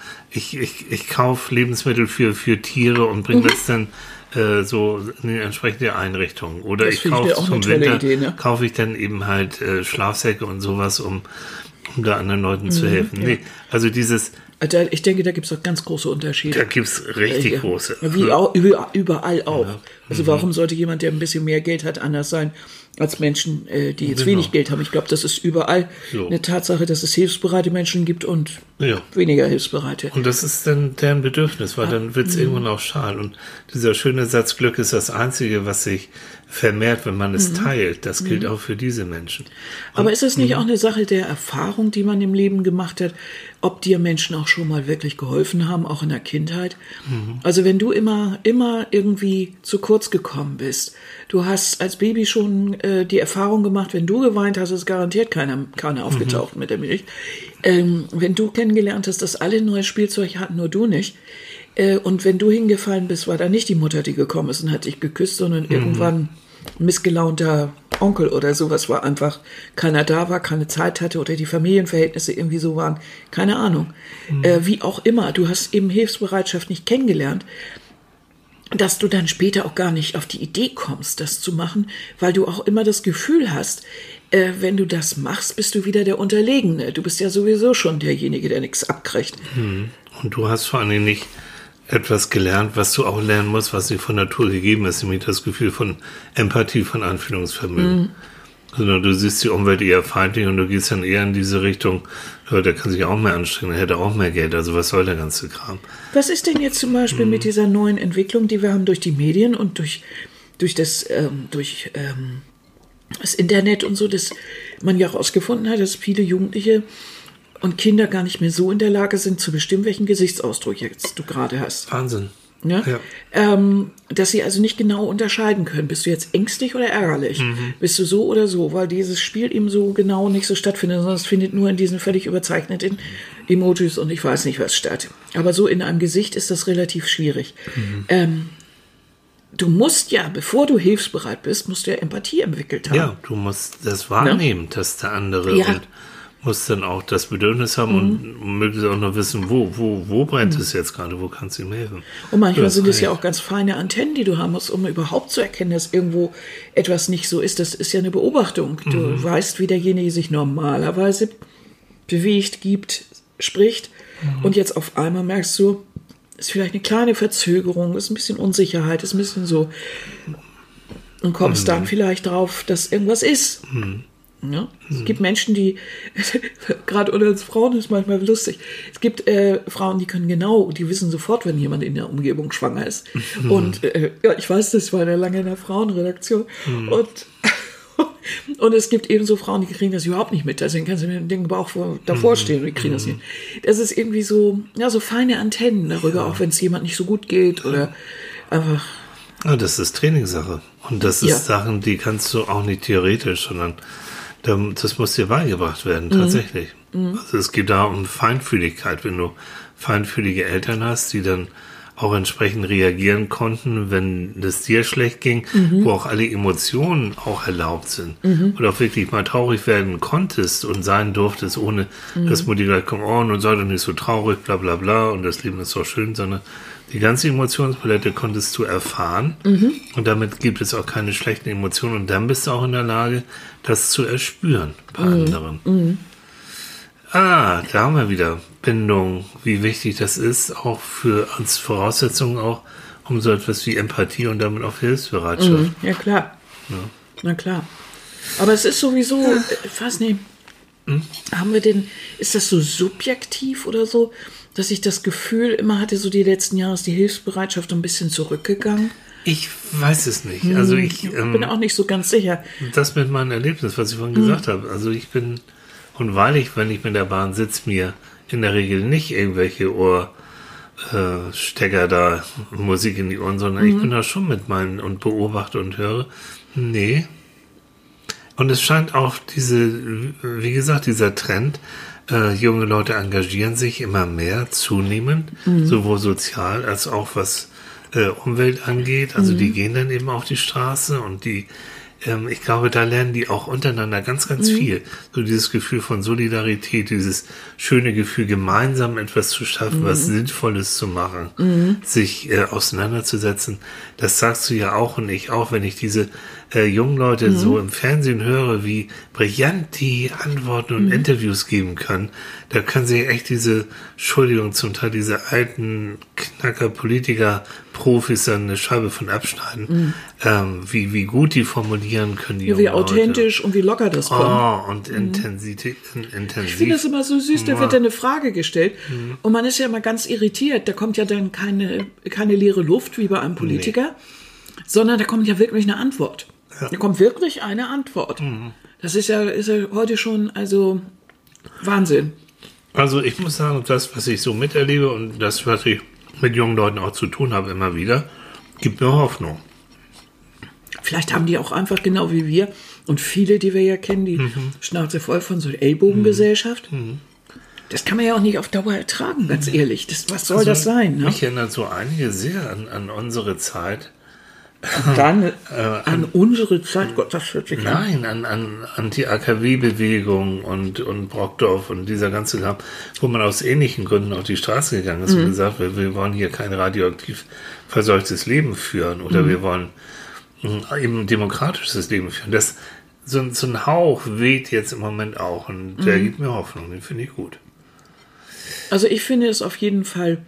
kaufe Lebensmittel für Tiere und bringe das dann so in die entsprechende Einrichtung. Oder Das ich finde ich kaufe auch eine zum tolle Winter, Idee, ne? kaufe ich dann eben halt Schlafsäcke und sowas, um da anderen Leuten zu helfen. ja. Nee, also Ich denke, da gibt es auch ganz große Unterschiede. da gibt's richtig große. Wie auch, überall auch. Ja. Also warum sollte jemand, der ein bisschen mehr Geld hat, anders sein als Menschen, die jetzt wenig Geld haben? Ich glaube, das ist überall eine Tatsache, dass es hilfsbereite Menschen gibt und weniger hilfsbereite. Und das ist dann deren Bedürfnis, weil dann wird's irgendwann auch schal. Und dieser schöne Satz, Glück ist das Einzige, was sich vermehrt, wenn man es teilt. Das gilt auch für diese Menschen. Aber ist es nicht auch eine Sache der Erfahrung, die man im Leben gemacht hat, ob dir Menschen auch schon mal wirklich geholfen haben, auch in der Kindheit? Also wenn du immer irgendwie zu kurz gekommen bist, du hast als Baby schon die Erfahrung gemacht, wenn du geweint hast, ist garantiert keiner aufgetaucht mit der Milch. Wenn du kennengelernt hast, dass alle ein neues Spielzeug hatten, nur du nicht, und wenn du hingefallen bist, war da nicht die Mutter, die gekommen ist und hat dich geküsst, sondern irgendwann ein missgelaunter Onkel oder sowas war einfach, keiner da war, keine Zeit hatte oder die Familienverhältnisse irgendwie so waren, keine Ahnung. Wie auch immer, du hast eben Hilfsbereitschaft nicht kennengelernt, dass du dann später auch gar nicht auf die Idee kommst, das zu machen, weil du auch immer das Gefühl hast, wenn du das machst, bist du wieder der Unterlegene. Du bist ja sowieso schon derjenige, der nichts abkriegt. Und du hast vor allen Dingen nicht etwas gelernt, was du auch lernen musst, was dir von Natur gegeben ist, nämlich das Gefühl von Empathie, von Anfühlungsvermögen. Sondern du siehst die Umwelt eher feindlich und du gehst dann eher in diese Richtung, der kann sich auch mehr anstrengen, der hätte auch mehr Geld, also was soll der ganze Kram? Was ist denn jetzt zum Beispiel mit dieser neuen Entwicklung, die wir haben durch die Medien und durch das Internet und so, dass man ja rausgefunden hat, dass viele Jugendliche und Kinder gar nicht mehr so in der Lage sind, zu bestimmen, welchen Gesichtsausdruck jetzt du gerade hast. Wahnsinn. Ja? Dass sie also nicht genau unterscheiden können. Bist du jetzt ängstlich oder ärgerlich? Bist du so oder so? Weil dieses Spiel eben so genau nicht so stattfindet, sondern es findet nur in diesen völlig überzeichneten Emojis und ich weiß nicht was statt. Aber so in einem Gesicht ist das relativ schwierig. Du musst ja, bevor du hilfsbereit bist, musst du ja Empathie entwickelt haben. Ja, du musst das wahrnehmen, dass der andere und musst dann auch das Bedürfnis haben und möglichst auch noch wissen, wo brennt es jetzt gerade, wo kannst du ihm helfen. Und manchmal sind es ja auch ganz feine Antennen, die du haben musst, um überhaupt zu erkennen, dass irgendwo etwas nicht so ist. Das ist ja eine Beobachtung. Du weißt, wie derjenige sich normalerweise bewegt, gibt, spricht und jetzt auf einmal merkst du, ist vielleicht eine kleine Verzögerung, ist ein bisschen Unsicherheit, ist ein bisschen so und kommst dann vielleicht drauf, dass irgendwas ist. Ja? Es gibt Menschen, die, gerade unter uns Frauen ist manchmal lustig, es gibt Frauen, die wissen sofort, wenn jemand in der Umgebung schwanger ist. Und ich weiß, das war ja lange in der Frauenredaktion. Und es gibt eben so Frauen, die kriegen das überhaupt nicht mit. Deswegen kannst du mit dem Ding Bauch davor stehen und die kriegen das nicht. Das ist irgendwie so, so feine Antennen darüber, auch wenn es jemand nicht so gut geht oder einfach. Ja, das ist Trainingssache. Und das ist Sachen, die kannst du auch nicht theoretisch, sondern das muss dir beigebracht werden, tatsächlich. Also es geht da um Feinfühligkeit. Wenn du feinfühlige Eltern hast, die dann auch entsprechend reagieren konnten, wenn es dir schlecht ging, wo auch alle Emotionen auch erlaubt sind. Und auch wirklich mal traurig werden konntest und sein durftest, ohne dass Mutti gleich kommt, oh, nun sei doch nicht so traurig, bla bla bla, und das Leben ist so schön, sondern die ganze Emotionspalette konntest du erfahren und damit gibt es auch keine schlechten Emotionen und dann bist du auch in der Lage, das zu erspüren bei anderen. Da haben wir wieder Bindung, wie wichtig das ist, auch als Voraussetzung auch um so etwas wie Empathie und damit auch Hilfsbereitschaft. Ja, klar. Ja. Na klar. Aber es ist sowieso, ich weiß nicht, ist das so subjektiv oder so, dass ich das Gefühl immer hatte, so die letzten Jahre ist die Hilfsbereitschaft ein bisschen zurückgegangen? Ich weiß es nicht. Also ich bin auch nicht so ganz sicher. Das mit meinem Erlebnis, was ich vorhin gesagt habe. Also ich bin, und weil ich, wenn ich mit der Bahn sitze, mir in der Regel nicht irgendwelche Stecker da Musik in die Ohren, sondern ich bin da schon mit meinen und beobachte und höre. Nee. Und es scheint auch wie gesagt, dieser Trend, junge Leute engagieren sich immer mehr, zunehmend, sowohl sozial als auch was Umwelt angeht. Also die gehen dann eben auf die Straße und ich glaube, da lernen die auch untereinander ganz, ganz viel. So dieses Gefühl von Solidarität, dieses schöne Gefühl, gemeinsam etwas zu schaffen, was Sinnvolles zu machen, sich auseinanderzusetzen. Das sagst du ja auch und ich auch, wenn ich diese jungen Leute so im Fernsehen höre, wie brillant die Antworten und Interviews geben können. Da können sie echt Entschuldigung, zum Teil diese alten Knacker, Politiker, Profis dann eine Scheibe von abschneiden. Wie gut die formulieren können, die wie authentisch und wie locker das kommt. Oh, und intensiv. Ich finde das immer so süß, da wird dann eine Frage gestellt und man ist ja immer ganz irritiert. Da kommt ja dann keine leere Luft wie bei einem Politiker, sondern da kommt ja wirklich eine Antwort. Ja. Da kommt wirklich eine Antwort. Das ist ja heute schon, also Wahnsinn. Also ich muss sagen, das, was ich so miterlebe und das, was ich mit jungen Leuten auch zu tun habe, immer wieder, gibt mir Hoffnung. Vielleicht haben die auch einfach genau wie wir und viele, die wir ja kennen, die Schnauze voll von so Ellbogengesellschaft. Das kann man ja auch nicht auf Dauer ertragen, ganz ehrlich. Was soll das sein? Ne? Mich erinnert so einige sehr an unsere Zeit. Dann an unsere Zeit, Gott, das hört sich an. Nein, an die AKW-Bewegung und Brockdorf und dieser ganze Kram, wo man aus ähnlichen Gründen auf die Straße gegangen ist und gesagt, wir wollen hier kein radioaktiv verseuchtes Leben führen oder wir wollen eben ein demokratisches Leben führen. So ein Hauch weht jetzt im Moment auch und der gibt mir Hoffnung, den finde ich gut. Also ich finde es auf jeden Fall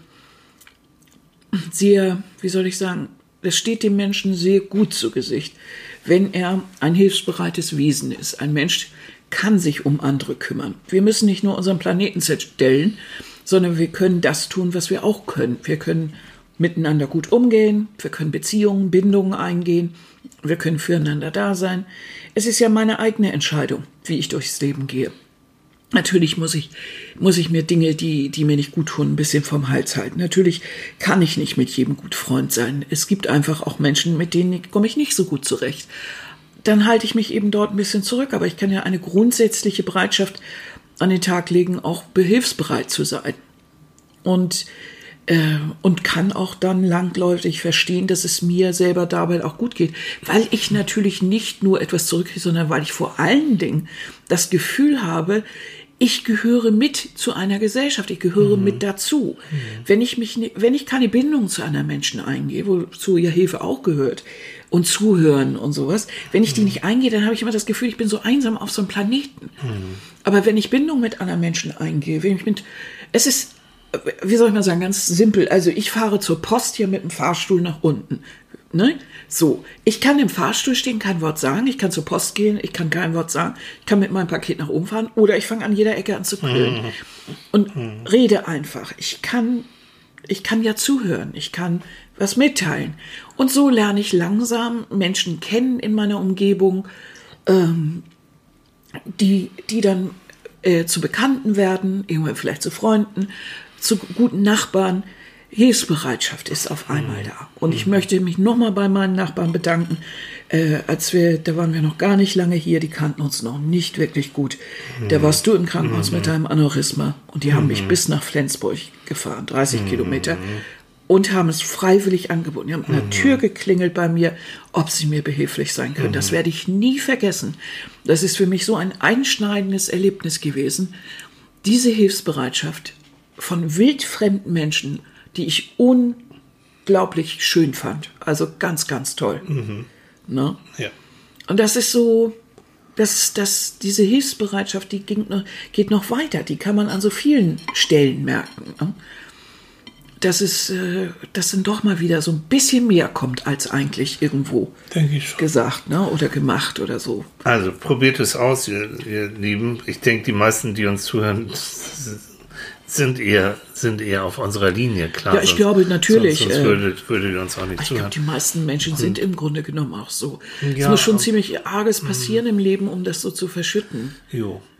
sehr, wie soll ich sagen, das steht dem Menschen sehr gut zu Gesicht, wenn er ein hilfsbereites Wesen ist. Ein Mensch kann sich um andere kümmern. Wir müssen nicht nur unseren Planeten zerstellen, sondern wir können das tun, was wir auch können. Wir können miteinander gut umgehen, wir können Beziehungen, Bindungen eingehen, wir können füreinander da sein. Es ist ja meine eigene Entscheidung, wie ich durchs Leben gehe. Natürlich muss ich mir Dinge, die mir nicht gut tun, ein bisschen vom Hals halten. Natürlich kann ich nicht mit jedem gut Freund sein. Es gibt einfach auch Menschen, mit denen komme ich nicht so gut zurecht. Dann halte ich mich eben dort ein bisschen zurück. Aber ich kann ja eine grundsätzliche Bereitschaft an den Tag legen, auch behilfsbereit zu sein. Und kann auch dann langläufig verstehen, dass es mir selber dabei auch gut geht. Weil ich natürlich nicht nur etwas zurückkriege, sondern weil ich vor allen Dingen das Gefühl habe, ich gehöre mit zu einer Gesellschaft, ich gehöre mit dazu. Wenn ich keine Bindung zu einer Menschen eingehe, wozu ja Hilfe auch gehört, und zuhören und sowas, wenn ich die nicht eingehe, dann habe ich immer das Gefühl, ich bin so einsam auf so einem Planeten. Aber wenn ich Bindung mit anderen Menschen eingehe, es ist, wie soll ich mal sagen, ganz simpel. Also ich fahre zur Post hier mit dem Fahrstuhl nach unten. Ne? So, ich kann im Fahrstuhl stehen, kein Wort sagen, ich kann zur Post gehen, ich kann kein Wort sagen, ich kann mit meinem Paket nach oben fahren oder ich fange an jeder Ecke an zu brüllen und rede einfach. Ich kann ja zuhören, ich kann was mitteilen. Und so lerne ich langsam Menschen kennen in meiner Umgebung, die dann zu Bekannten werden, irgendwann vielleicht zu Freunden, zu guten Nachbarn. Hilfsbereitschaft ist auf einmal da. Und ich möchte mich nochmal bei meinen Nachbarn bedanken. Da waren wir noch gar nicht lange hier, die kannten uns noch nicht wirklich gut. Da warst du im Krankenhaus mit deinem Aneurysma und die haben mich bis nach Flensburg gefahren, 30 Kilometer, und haben es freiwillig angeboten. Die haben an der Tür geklingelt bei mir, ob sie mir behilflich sein können. Das werde ich nie vergessen. Das ist für mich so ein einschneidendes Erlebnis gewesen. Diese Hilfsbereitschaft von wildfremden Menschen, die ich unglaublich schön fand. Also ganz, ganz toll. Ne? Ja. Und das ist so, diese Hilfsbereitschaft, die geht noch weiter. Die kann man an so vielen Stellen merken. Ne? Dass dann doch mal wieder so ein bisschen mehr kommt, als eigentlich irgendwo gesagt, ne? Oder gemacht oder so. Also probiert es aus, ihr Lieben. Ich denke, die meisten, die uns zuhören, sind eher auf unserer Linie, klar. Ja, ich glaube natürlich. Sonst würdet ihr uns auch nicht zuhören. Ich glaube, die meisten Menschen sind im Grunde genommen auch so. Es muss schon ziemlich Arges passieren im Leben, um das so zu verschütten. Jo.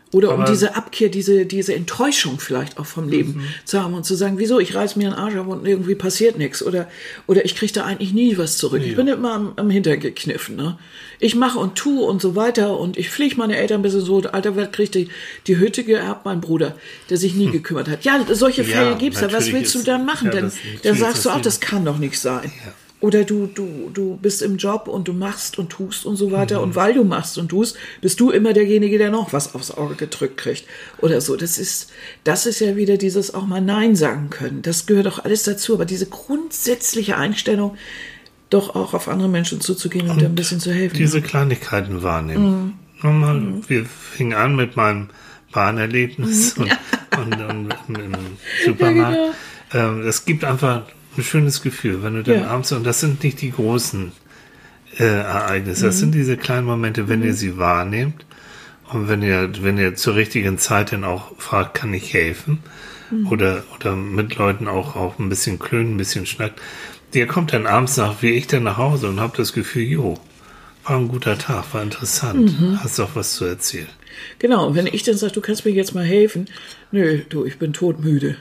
Oder um Aber- diese Abkehr, diese Enttäuschung vielleicht auch vom Leben zu haben und zu sagen, wieso, ich reiß mir den Arsch ab und irgendwie passiert nichts. Oder ich kriege da eigentlich nie was zurück. Ich bin immer am Hintern gekniffen. Ne? Ich mache und tue und so weiter und ich pflege meine Eltern bis in so alter Welt, kriegte die Hütte geerbt, mein Bruder, der sich nie gekümmert hat. Ja, solche Fälle gibt's da. Was natürlich willst du dann machen? ja, Denn das- dann natürlich sagst ist du das auch, das kann doch nicht sein. Ja. Oder du bist im Job und du machst und tust und so weiter. Und weil du machst und tust, bist du immer derjenige, der noch was aufs Auge gedrückt kriegt. Oder so. Das ist ja wieder dieses auch mal Nein sagen können. Das gehört doch alles dazu. Aber diese grundsätzliche Einstellung, doch auch auf andere Menschen zuzugehen und ein bisschen zu helfen. Diese Kleinigkeiten wahrnehmen. Nochmal, wir fingen an mit meinem Bahnerlebnis und im Supermarkt. Es gibt einfach ein schönes Gefühl, wenn du dann abends, und das sind nicht die großen Ereignisse, das sind diese kleinen Momente, wenn ihr sie wahrnehmt und wenn ihr zur richtigen Zeit dann auch fragt, kann ich helfen? Oder mit Leuten auch ein bisschen klönen, ein bisschen schnackt. Der kommt dann abends wie ich dann nach Hause und habt das Gefühl, jo, war ein guter Tag, war interessant, hast auch was zu erzählen. Genau, und wenn ich dann sage, du kannst mir jetzt mal helfen, nö, du, ich bin todmüde.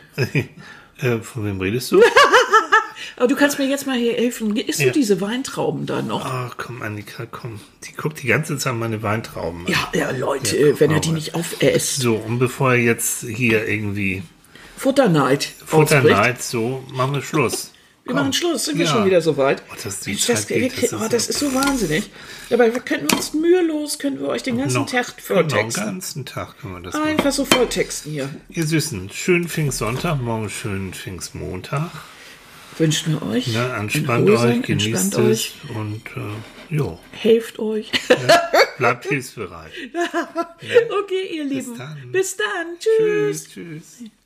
Von wem redest du? Aber du kannst mir jetzt mal hier helfen. Isst du diese Weintrauben da noch? Ach, komm, Annika, komm. Die guckt die ganze Zeit meine Weintrauben an. Ja, Leute, wenn er die nicht aufesst. So, und bevor er jetzt hier irgendwie Futterneid Futterneid, so, machen wir Schluss. Wir machen Schluss, sind wir Ja. schon wieder so weit. Oh, dass die Mensch, Zeit geht, das ist so wahnsinnig. Dabei könnten wir uns mühelos, können wir euch den ganzen Tag Den volltexten. ganzen Tag können wir das machen. Einfach so volltexten hier. Ihr Süßen, schönen Pfingstsonntag, morgen schönen Pfingstmontag. Wünschen wir euch. Ne, entspannt Erholsam, euch, genießt entspannt es euch, und jo, helft euch. bleibt hilfsbereit. Okay, ihr Lieben. dann. Bis dann. Tschüss. Tschüss.